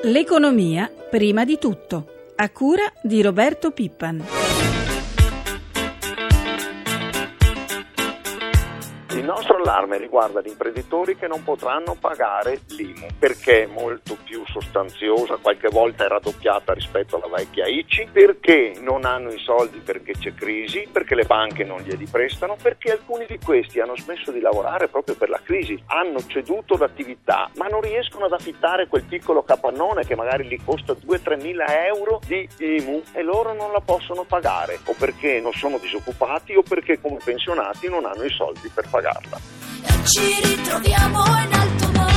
L'economia prima di tutto, a cura di Roberto Pippan. Il nostro allarme riguarda gli imprenditori che non potranno pagare l'IMU perché è molto più sostanziosa, qualche volta è raddoppiata rispetto alla vecchia ICI, perché non hanno i soldi perché c'è crisi, perché le banche non glieli prestano, perché alcuni di questi hanno smesso di lavorare proprio per la crisi, hanno ceduto l'attività ma non riescono ad affittare quel piccolo capannone che magari gli costa 2-3 mila euro di IMU e loro non la possono pagare, o perché non sono disoccupati o perché come pensionati non hanno i soldi per pagarla. Ci ritroviamo in alto mare.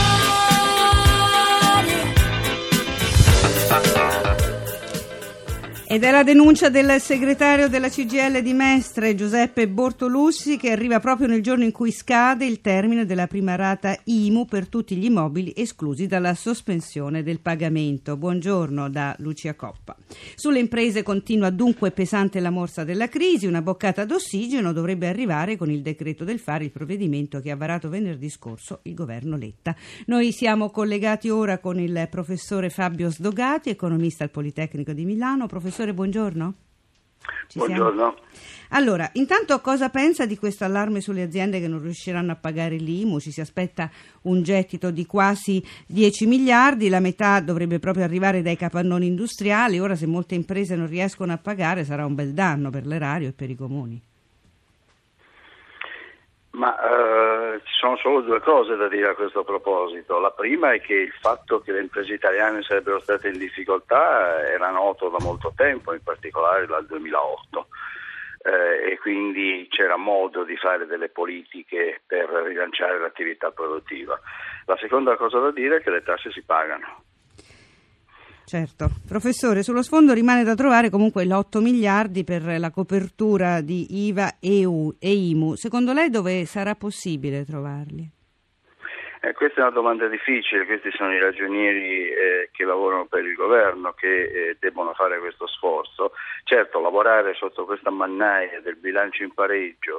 Ed è la denuncia del segretario della CGIL di Mestre, Giuseppe Bortolussi, che arriva proprio nel giorno in cui scade il termine della prima rata IMU per tutti gli immobili esclusi dalla sospensione del pagamento. Buongiorno da Lucia Coppa. Sulle imprese continua dunque pesante la morsa della crisi. Una boccata d'ossigeno dovrebbe arrivare con il decreto del fare, il provvedimento che ha varato venerdì scorso il governo Letta. Noi siamo collegati ora con il professore Fabio Sdogati, economista al Politecnico di Milano. Professore, buongiorno. Buongiorno. Allora, intanto cosa pensa di questo allarme sulle aziende che non riusciranno a pagare l'IMU? Ci si aspetta un gettito di quasi 10 miliardi, la metà dovrebbe proprio arrivare dai capannoni industriali. Ora, se molte imprese non riescono a pagare, sarà un bel danno per l'erario e per i comuni. Ma ci sono solo due cose da dire a questo proposito. La prima è che il fatto che le imprese italiane sarebbero state in difficoltà era noto da molto tempo, in particolare dal 2008, e quindi c'era modo di fare delle politiche per rilanciare l'attività produttiva. La seconda cosa da dire è che le tasse si pagano. Certo. Professore, sullo sfondo rimane da trovare comunque gli 8 miliardi per la copertura di IVA e IMU. Secondo lei dove sarà possibile trovarli? Questa è una domanda difficile, questi sono i ragionieri che lavorano per il governo che debbono fare questo sforzo. Certo, lavorare sotto questa mannaia del bilancio in pareggio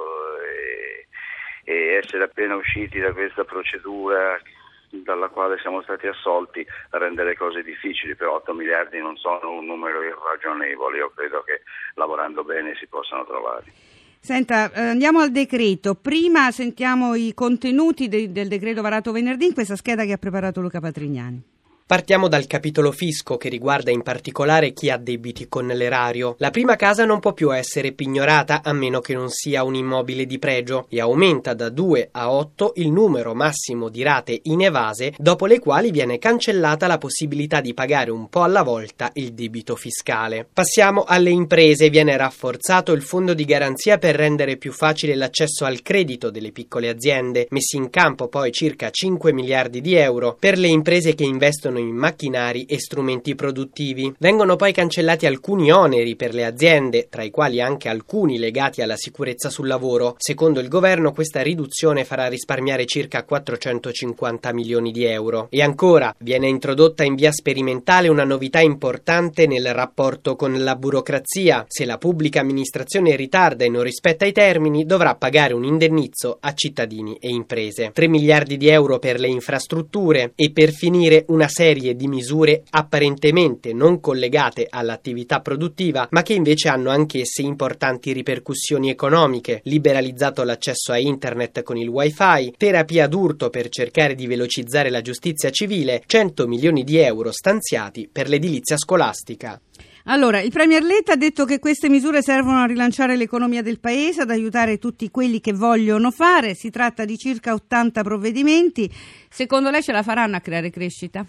e essere appena usciti da questa procedura dalla quale siamo stati assolti rende le cose difficili, però 8 miliardi non sono un numero irragionevole, io credo che lavorando bene si possano trovare. Senta, andiamo al decreto. Prima sentiamo i contenuti del decreto varato venerdì in questa scheda che ha preparato Luca Patrignani. Partiamo dal capitolo fisco, che riguarda in particolare chi ha debiti con l'erario. La prima casa non può più essere pignorata a meno che non sia un immobile di pregio e aumenta da 2 a 8 il numero massimo di rate inevase, dopo le quali viene cancellata la possibilità di pagare un po' alla volta il debito fiscale. Passiamo alle imprese. Viene rafforzato il fondo di garanzia per rendere più facile l'accesso al credito delle piccole aziende, messi in campo poi circa 5 miliardi di euro per le imprese che investono in macchinari e strumenti produttivi. Vengono poi cancellati alcuni oneri per le aziende, tra i quali anche alcuni legati alla sicurezza sul lavoro. Secondo il governo questa riduzione farà risparmiare circa 450 milioni di euro. E ancora, viene introdotta in via sperimentale una novità importante nel rapporto con la burocrazia. Se la pubblica amministrazione ritarda e non rispetta i termini, dovrà pagare un indennizzo a cittadini e imprese. 3 miliardi di euro per le infrastrutture e per finire una serie di misure apparentemente non collegate all'attività produttiva, ma che invece hanno anch'esse importanti ripercussioni economiche. Liberalizzato l'accesso a internet con il wifi, terapia d'urto per cercare di velocizzare la giustizia civile, 100 milioni di euro stanziati per l'edilizia scolastica. Allora, il Premier Letta ha detto che queste misure servono a rilanciare l'economia del Paese, ad aiutare tutti quelli che vogliono fare. Si tratta di circa 80 provvedimenti. Secondo lei ce la faranno a creare crescita?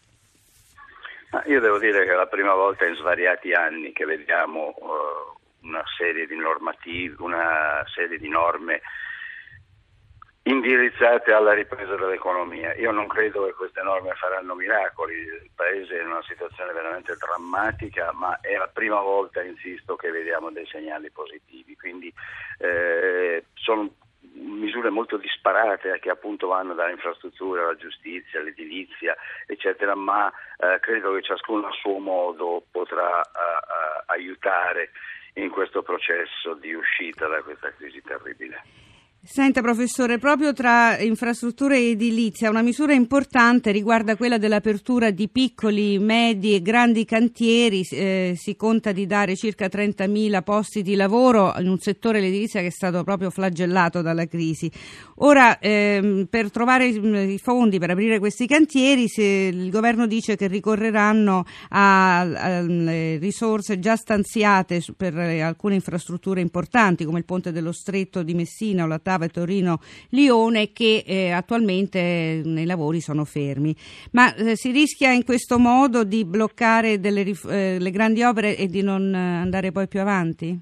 Io devo dire che è la prima volta in svariati anni che vediamo una serie di normative, una serie di norme indirizzate alla ripresa dell'economia. Io non credo che queste norme faranno miracoli, il Paese è in una situazione veramente drammatica, ma è la prima volta, insisto, che vediamo dei segnali positivi, quindi sono misure molto disparate che appunto vanno dalla infrastruttura alla giustizia, all'edilizia, eccetera, ma credo che ciascuno a suo modo potrà aiutare in questo processo di uscita da questa crisi terribile. Senta professore, proprio tra infrastrutture e edilizia una misura importante riguarda quella dell'apertura di piccoli, medi e grandi cantieri. Si conta di dare circa 30.000 posti di lavoro in un settore, l'edilizia, che è stato proprio flagellato dalla crisi. Ora, per trovare i fondi per aprire questi cantieri, il governo dice che ricorreranno alle risorse già stanziate per alcune infrastrutture importanti come il ponte dello Stretto di Messina o la TAV e Torino-Lione, che attualmente nei lavori sono fermi. Ma si rischia in questo modo di bloccare le grandi opere e di non andare poi più avanti?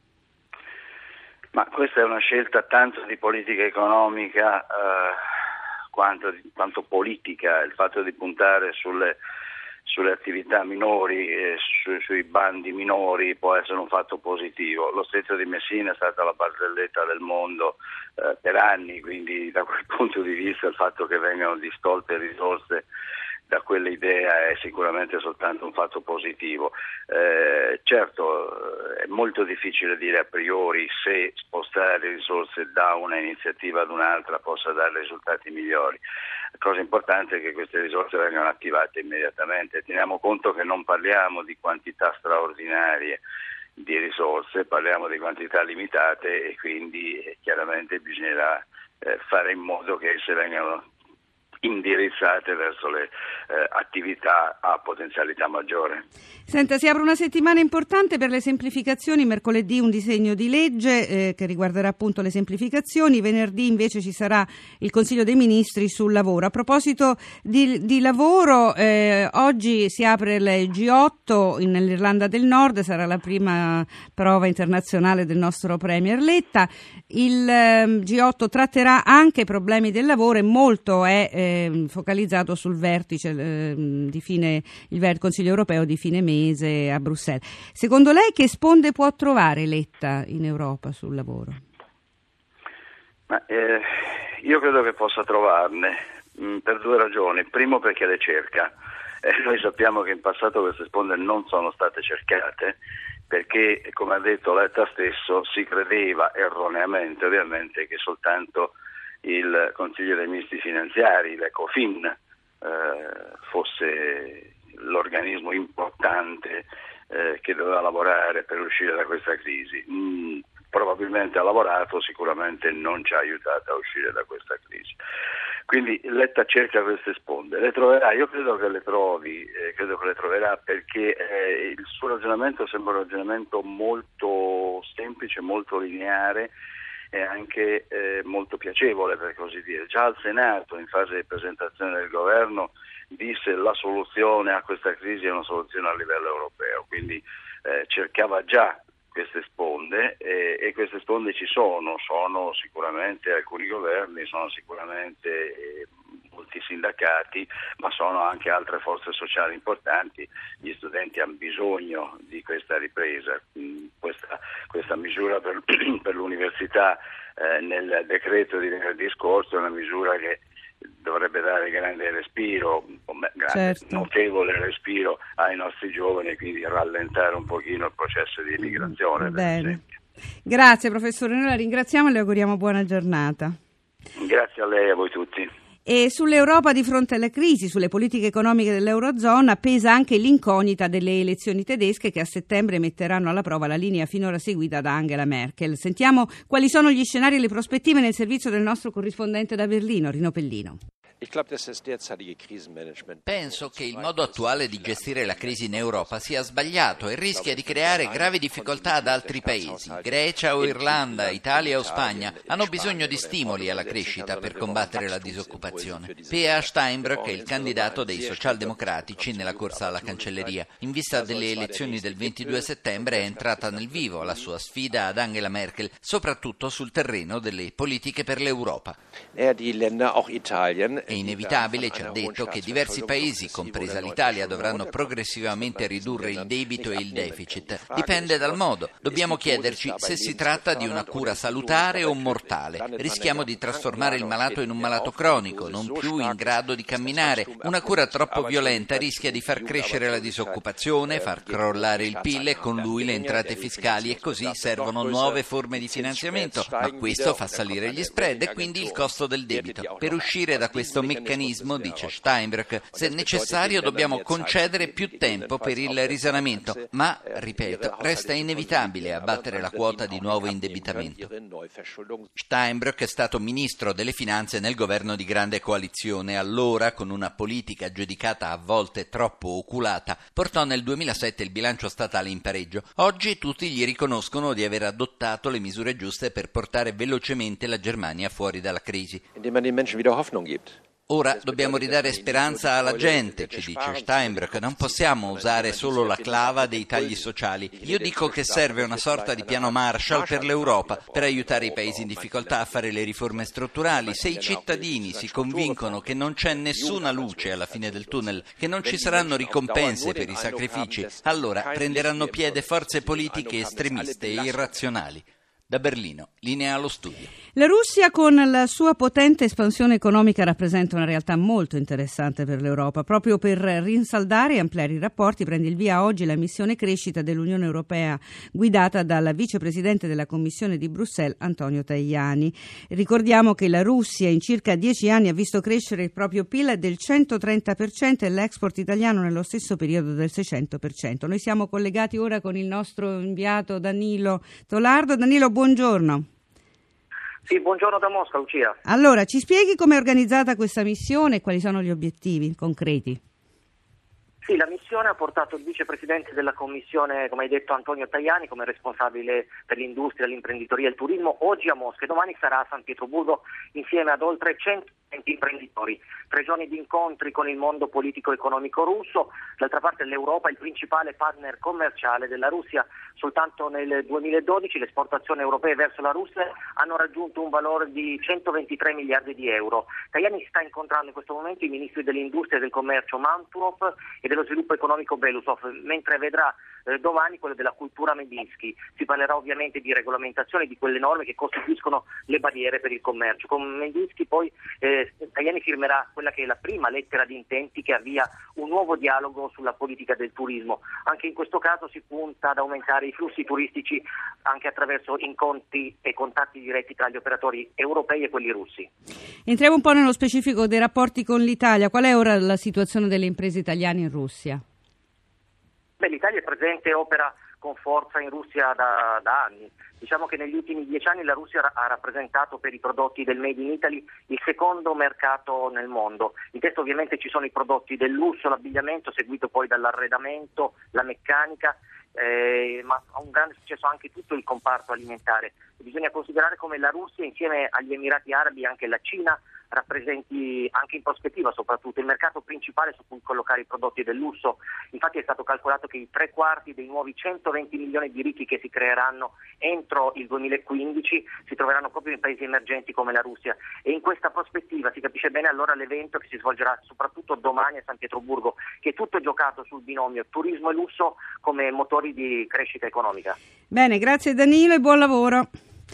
Ma questa è una scelta tanto di politica economica quanto politica, il fatto di puntare sulle attività minori, sui bandi minori può essere un fatto positivo. Lo Stretto di Messina è stata la barzelletta del mondo per anni, quindi da quel punto di vista il fatto che vengano distolte risorse da quell'idea è sicuramente soltanto un fatto positivo. Certo, è molto difficile dire a priori se spostare risorse da una iniziativa ad un'altra possa dare risultati migliori. La cosa importante è che queste risorse vengano attivate immediatamente. Teniamo conto che non parliamo di quantità straordinarie di risorse, parliamo di quantità limitate e quindi chiaramente bisognerà fare in modo che esse vengano indirizzate verso le attività a potenzialità maggiore. Senta, si apre una settimana importante per le semplificazioni. Mercoledì un disegno di legge che riguarderà appunto le semplificazioni. Venerdì invece ci sarà il Consiglio dei Ministri sul lavoro. A proposito di lavoro, oggi si apre il G8 nell'Irlanda del Nord, sarà la prima prova internazionale del nostro Premier Letta. Il G8 tratterà anche i problemi del lavoro e molto è focalizzato sul vertice il Consiglio europeo di fine mese a Bruxelles. Secondo lei che sponde può trovare Letta in Europa sul lavoro? Io credo che possa trovarne per due ragioni. Primo, perché le cerca. Noi sappiamo che in passato queste sponde non sono state cercate perché, come ha detto Letta stesso, si credeva erroneamente ovviamente che soltanto il Consiglio dei Ministri finanziari, l'Ecofin, fosse l'organismo importante che doveva lavorare per uscire da questa crisi. Probabilmente ha lavorato, sicuramente non ci ha aiutato a uscire da questa crisi. Quindi Letta cerca queste sponde, le troverà, io credo che le trovi, credo che le troverà perché il suo ragionamento sembra un ragionamento molto semplice, molto lineare e anche molto piacevole, per così dire. Già al Senato, in fase di presentazione del governo, disse la soluzione a questa crisi è una soluzione a livello europeo, quindi cercava già queste sponde e queste sponde ci sono sicuramente alcuni governi, sono sicuramente molti sindacati, ma sono anche altre forze sociali importanti. Gli studenti hanno bisogno di questa ripresa. Questa misura per l'università nel decreto di venerdì scorso è una misura che dovrebbe dare grande respiro, notevole respiro ai nostri giovani e quindi rallentare un pochino il processo di immigrazione. Bene. Grazie professore, noi la ringraziamo e le auguriamo buona giornata. Grazie a lei e a voi tutti. E sull'Europa di fronte alla crisi, sulle politiche economiche dell'Eurozona, pesa anche l'incognita delle elezioni tedesche che a settembre metteranno alla prova la linea finora seguita da Angela Merkel. Sentiamo quali sono gli scenari e le prospettive nel servizio del nostro corrispondente da Berlino, Rino Pellino. Penso che il modo attuale di gestire la crisi in Europa sia sbagliato e rischia di creare gravi difficoltà ad altri paesi. Grecia o Irlanda, Italia o Spagna hanno bisogno di stimoli alla crescita per combattere la disoccupazione. P.A. Steinbrück è il candidato dei socialdemocratici nella corsa alla cancelleria. In vista delle elezioni del 22 settembre è entrata nel vivo la sua sfida ad Angela Merkel, soprattutto sul terreno delle politiche per l'Europa. È inevitabile, ci ha detto, che diversi paesi, compresa l'Italia, dovranno progressivamente ridurre il debito e il deficit. Dipende dal modo. Dobbiamo chiederci se si tratta di una cura salutare o mortale. Rischiamo di trasformare il malato in un malato cronico. cronico, non più in grado di camminare. Una cura troppo violenta rischia di far crescere la disoccupazione, far crollare il PIL e con lui le entrate fiscali, e così servono nuove forme di finanziamento, ma questo fa salire gli spread e quindi il costo del debito. Per uscire da questo meccanismo, dice Steinbrück, se necessario dobbiamo concedere più tempo per il risanamento, ma, ripeto, resta inevitabile abbattere la quota di nuovo indebitamento. Steinbrück è stato ministro delle finanze nel governo di grande coalizione. Allora, con una politica giudicata a volte troppo oculata, portò nel 2007 il bilancio statale in pareggio. Oggi tutti gli riconoscono di aver adottato le misure giuste per portare velocemente la Germania fuori dalla crisi. Ora dobbiamo ridare speranza alla gente, ci dice Steinbrück, non possiamo usare solo la clava dei tagli sociali. Io dico che serve una sorta di piano Marshall per l'Europa, per aiutare i paesi in difficoltà a fare le riforme strutturali. Se i cittadini si convincono che non c'è nessuna luce alla fine del tunnel, che non ci saranno ricompense per i sacrifici, allora prenderanno piede forze politiche estremiste e irrazionali. Da Berlino, linea allo studio. La Russia con la sua potente espansione economica rappresenta una realtà molto interessante per l'Europa. Proprio per rinsaldare e ampliare i rapporti prende il via oggi la missione crescita dell'Unione Europea guidata dal vicepresidente della Commissione di Bruxelles Antonio Tajani. Ricordiamo che la Russia in circa 10 anni ha visto crescere il proprio PIL del 130% e l'export italiano nello stesso periodo del 600%. Noi siamo collegati ora con il nostro inviato Danilo Tolardo. Danilo, buongiorno. Sì, buongiorno da Mosca, Lucia. Allora, ci spieghi come è organizzata questa missione e quali sono gli obiettivi concreti? Sì, la missione ha portato il vicepresidente della Commissione, come hai detto, Antonio Tajani, come responsabile per l'industria, l'imprenditoria e il turismo, oggi a Mosca e domani sarà a San Pietroburgo insieme ad oltre 120 imprenditori. 3 giorni di incontri con il mondo politico-economico russo. D'altra parte l'Europa è il principale partner commerciale della Russia. Soltanto nel 2012 le esportazioni europee verso la Russia hanno raggiunto un valore di 123 miliardi di euro. Tajani sta incontrando in questo momento i ministri dell'industria e del commercio Manturov e dello sviluppo economico Belousov, mentre vedrà domani quello della cultura Medinsky. Si parlerà ovviamente di regolamentazione di quelle norme che costituiscono le barriere per il commercio. Con Medinsky poi Tajani firmerà quella che è la prima lettera di intenti che avvia un nuovo dialogo sulla politica del turismo. Anche in questo caso si punta ad aumentare i flussi turistici anche attraverso incontri e contatti diretti tra gli operatori europei e quelli russi. Entriamo un po' nello specifico dei rapporti con l'Italia. Qual è ora la situazione delle imprese italiane in Russia? L'Italia è presente e opera con forza in Russia da anni. Diciamo che negli ultimi 10 anni la Russia ha rappresentato per i prodotti del Made in Italy il secondo mercato nel mondo. In questo ovviamente ci sono i prodotti del lusso, l'abbigliamento, seguito poi dall'arredamento, la meccanica, ma ha un grande successo anche tutto il comparto alimentare. Bisogna considerare come la Russia insieme agli Emirati Arabi e anche la Cina rappresenti anche in prospettiva soprattutto il mercato principale su cui collocare i prodotti del lusso. Infatti è stato calcolato che i 3/4 dei nuovi 120 milioni di ricchi che si creeranno entro il 2015 si troveranno proprio in paesi emergenti come la Russia, e in questa prospettiva si capisce bene allora l'evento che si svolgerà soprattutto domani a San Pietroburgo, che è tutto giocato sul binomio turismo e lusso come motori di crescita economica. Bene, grazie Danilo e buon lavoro.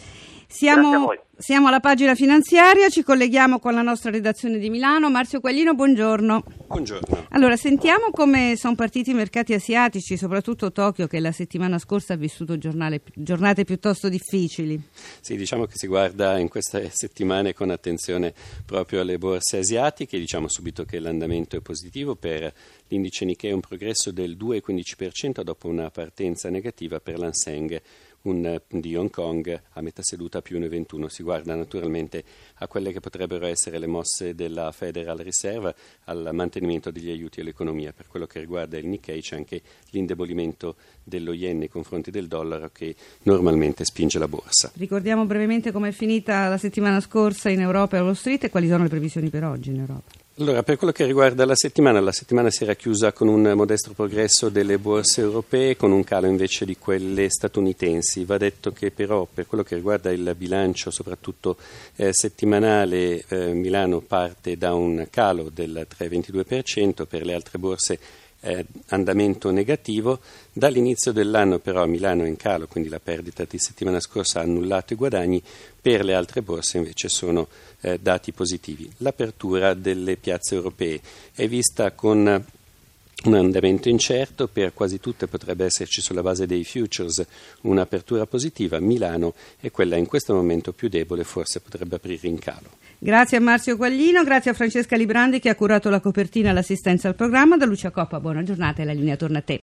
Siamo alla pagina finanziaria, ci colleghiamo con la nostra redazione di Milano. Marzio Quaglino, buongiorno. Buongiorno. Allora, sentiamo come sono partiti i mercati asiatici, soprattutto Tokyo, che la settimana scorsa ha vissuto giornate piuttosto difficili. Sì, diciamo che si guarda in queste settimane con attenzione proprio alle borse asiatiche. Diciamo subito che l'andamento è positivo per l'indice Nikkei, un progresso del 2,15% dopo una partenza negativa per l'Hang Seng di Hong Kong a metà seduta più 1,21. Si guarda naturalmente a quelle che potrebbero essere le mosse della Federal Reserve al mantenimento degli aiuti all'economia. Per quello che riguarda il Nikkei c'è anche l'indebolimento dello yen nei confronti del dollaro che normalmente spinge la borsa. Ricordiamo brevemente com'è finita la settimana scorsa in Europa e a Wall Street e quali sono le previsioni per oggi in Europa. Allora, per quello che riguarda la settimana si era chiusa con un modesto progresso delle borse europee, con un calo invece di quelle statunitensi. Va detto che però per quello che riguarda il bilancio, soprattutto settimanale, Milano parte da un calo del 3,22%, per le altre borse andamento negativo. Dall'inizio dell'anno però Milano è in calo, quindi la perdita di settimana scorsa ha annullato i guadagni. Per le altre borse invece sono dati positivi. L'apertura delle piazze europee è vista con un andamento incerto, per quasi tutte potrebbe esserci sulla base dei futures un'apertura positiva. Milano è quella in questo momento più debole, forse potrebbe aprire in calo. Grazie a Marzio Quaglino, grazie a Francesca Librandi che ha curato la copertina e l'assistenza al programma. Da Lucia Coppa, buona giornata e la linea torna a te.